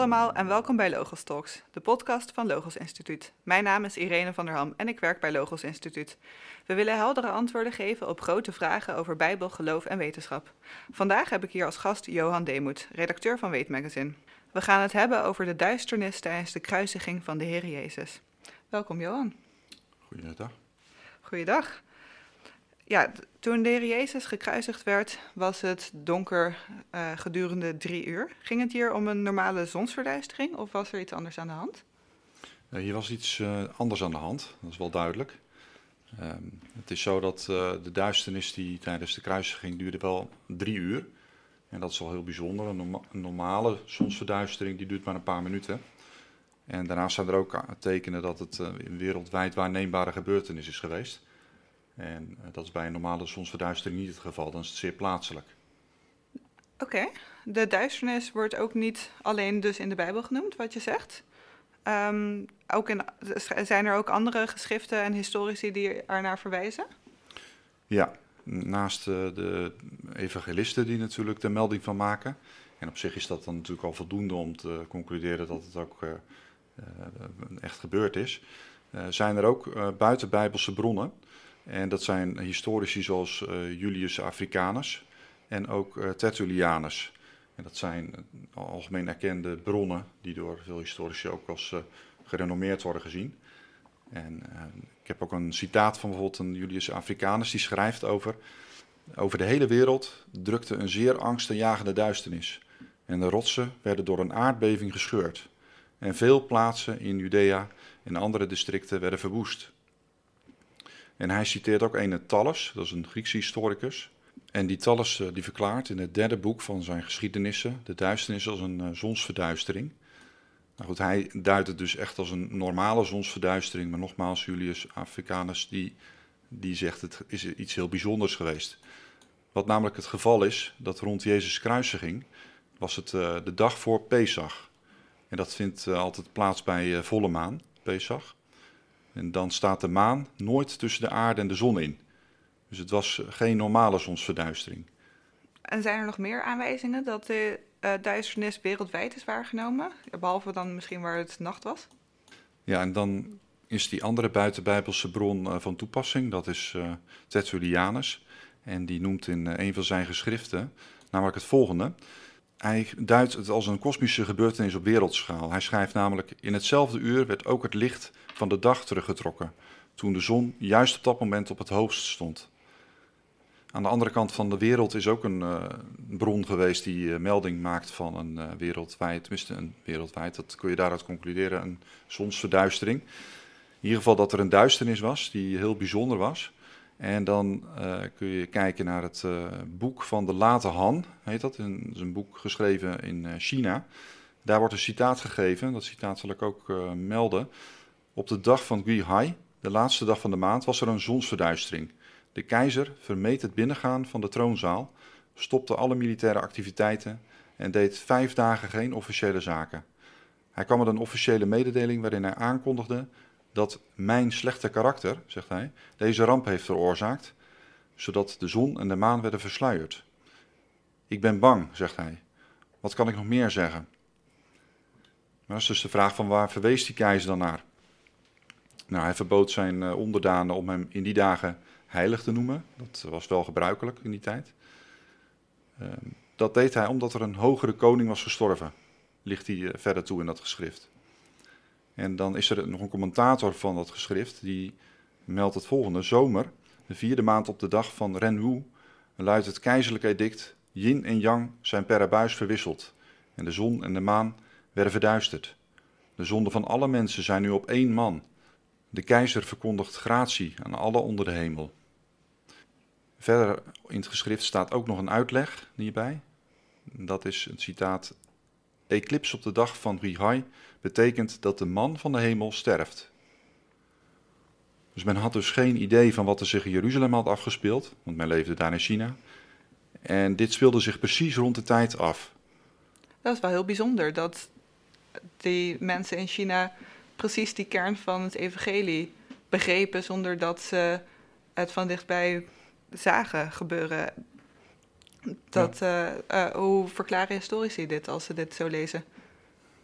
allemaal en welkom bij Logos Talks, de podcast van Logos Instituut. Mijn naam is Irene van der Ham en ik werk bij Logos Instituut. We willen heldere antwoorden geven op grote vragen over Bijbel, geloof en wetenschap. Vandaag heb ik hier als gast Johan Deemoet, redacteur van Weet Magazine. We gaan het hebben over de duisternis tijdens de kruisiging van de Heer Jezus. Welkom Johan. Goeiedag. Goeiedag. Ja, toen de Heer Jezus gekruisigd werd, was het donker gedurende 3 uur. Ging het hier om een normale zonsverduistering of was er iets anders aan de hand? Hier was iets anders aan de hand, dat is wel duidelijk. Het is zo dat de duisternis die tijdens de kruisiging duurde wel 3 uur. En dat is wel heel bijzonder. Een normale zonsverduistering die duurt maar een paar minuten. En daarnaast zijn er ook tekenen dat het een wereldwijd waarneembare gebeurtenis is geweest. En dat is bij een normale zonsverduistering niet het geval, dan is het zeer plaatselijk. Oké, de duisternis wordt ook niet alleen dus in de Bijbel genoemd, wat je zegt. Zijn er ook andere geschriften en historici die ernaar verwijzen? Ja, naast de evangelisten die natuurlijk de melding van maken. En op zich is dat dan natuurlijk al voldoende om te concluderen dat het ook echt gebeurd is. Zijn er ook buitenbijbelse bronnen. En dat zijn historici zoals Julius Africanus en ook Tertullianus. En dat zijn algemeen erkende bronnen die door veel historici ook als gerenommeerd worden gezien. En ik heb ook een citaat van bijvoorbeeld een Julius Africanus die schrijft over de hele wereld drukte een zeer angstaanjagende duisternis. En de rotsen werden door een aardbeving gescheurd. En veel plaatsen in Judea en andere districten werden verwoest. En hij citeert ook een Thales, dat is een Griekse historicus. En die Thales die verklaart in het 3e boek van zijn geschiedenissen de duisternis als een zonsverduistering. Nou goed, hij duidt het dus echt als een normale zonsverduistering. Maar nogmaals, Julius Africanus die zegt het is iets heel bijzonders geweest. Wat namelijk het geval is, dat rond Jezus' kruisiging was het de dag voor Pesach. En dat vindt altijd plaats bij volle maan, Pesach. En dan staat de maan nooit tussen de aarde en de zon in. Dus het was geen normale zonsverduistering. En zijn er nog meer aanwijzingen dat de duisternis wereldwijd is waargenomen? Behalve dan misschien waar het nacht was? Ja, en dan is die andere buitenbijbelse bron van toepassing. Dat is Tertullianus. En die noemt in een van zijn geschriften namelijk het volgende. Hij duidt het als een kosmische gebeurtenis op wereldschaal. Hij schrijft namelijk: in hetzelfde uur werd ook het licht van de dag teruggetrokken, toen de zon juist op dat moment op het hoogst stond. Aan de andere kant van de wereld is ook een bron geweest die melding maakt van een wereldwijd, dat kun je daaruit concluderen, een zonsverduistering. In ieder geval dat er een duisternis was die heel bijzonder was. En dan kun je kijken naar het boek van de Late Han, heet dat. Dat is een boek geschreven in China. Daar wordt een citaat gegeven, dat citaat zal ik ook melden. Op de dag van Gui Hai, de laatste dag van de maand, was er een zonsverduistering. De keizer vermeed het binnengaan van de troonzaal, stopte alle militaire activiteiten en deed 5 dagen geen officiële zaken. Hij kwam met een officiële mededeling waarin hij aankondigde dat mijn slechte karakter, zegt hij, deze ramp heeft veroorzaakt, zodat de zon en de maan werden versluierd. Ik ben bang, zegt hij. Wat kan ik nog meer zeggen? Maar dat is dus de vraag van waar verwees die keizer dan naar? Nou, hij verbood zijn onderdanen om hem in die dagen heilig te noemen. Dat was wel gebruikelijk in die tijd. Dat deed hij omdat er een hogere koning was gestorven. Ligt hij verder toe in dat geschrift. En dan is er nog een commentator van dat geschrift, die meldt het volgende. Zomer, de 4e maand op de dag van Renwu, luidt het keizerlijke edict: Yin en Yang zijn per abuis verwisseld. En de zon en de maan werden verduisterd. De zonden van alle mensen zijn nu op 1 man. De keizer verkondigt gratie aan alle onder de hemel. Verder in het geschrift staat ook nog een uitleg hierbij. Dat is het citaat: eclips op de dag van Rihai betekent dat de man van de hemel sterft. Dus men had dus geen idee van wat er zich in Jeruzalem had afgespeeld, want men leefde daar in China. En dit speelde zich precies rond de tijd af. Dat is wel heel bijzonder, dat die mensen in China precies die kern van het evangelie begrepen, zonder dat ze het van dichtbij zagen gebeuren. Hoe verklaren historici dit als ze dit zo lezen?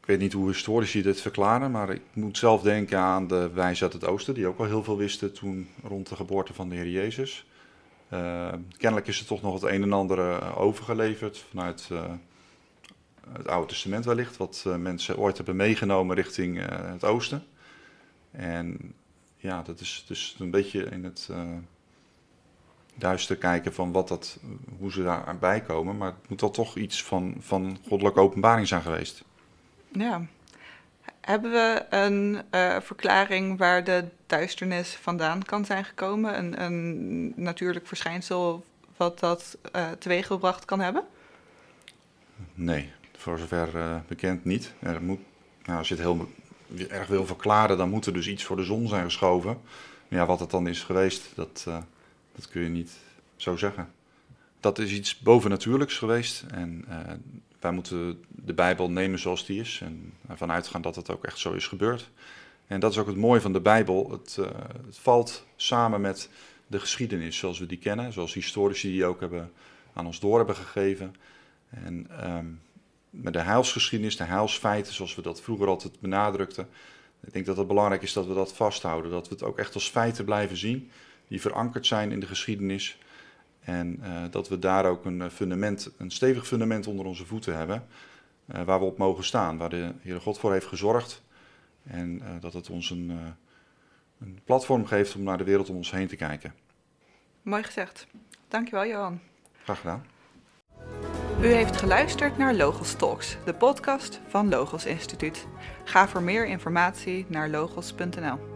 Ik weet niet hoe historici dit verklaren, maar ik moet zelf denken aan de wijzen uit het oosten, die ook al heel veel wisten toen rond de geboorte van de Heer Jezus. Kennelijk is er toch nog het een en ander overgeleverd vanuit het Oude Testament wellicht, wat mensen ooit hebben meegenomen richting het oosten. En ja, dat is dus een beetje in het duister kijken van hoe ze daarbij komen, maar het moet wel toch iets van goddelijke openbaring zijn geweest. Ja. Hebben we een verklaring waar de duisternis vandaan kan zijn gekomen? Een natuurlijk verschijnsel wat dat teweeggebracht kan hebben? Nee, voor zover bekend niet. Als je het heel erg wil verklaren, dan moet er dus iets voor de zon zijn geschoven. Maar ja, wat het dan is geweest, dat kun je niet zo zeggen. Dat is iets bovennatuurlijks geweest en wij moeten de Bijbel nemen zoals die is en ervan uitgaan dat het ook echt zo is gebeurd. En dat is ook het mooie van de Bijbel. Het valt samen met de geschiedenis zoals we die kennen, zoals historici die ook aan ons door hebben gegeven. En met de heilsgeschiedenis, de heilsfeiten, zoals we dat vroeger altijd benadrukten. Ik denk dat het belangrijk is dat we dat vasthouden, dat we het ook echt als feiten blijven zien, die verankerd zijn in de geschiedenis. En dat we daar ook een stevig fundament onder onze voeten hebben, waar we op mogen staan, waar de Heere God voor heeft gezorgd. En dat het ons een platform geeft om naar de wereld om ons heen te kijken. Mooi gezegd. Dankjewel, Johan. Graag gedaan. U heeft geluisterd naar Logos Talks, de podcast van Logos Instituut. Ga voor meer informatie naar logos.nl.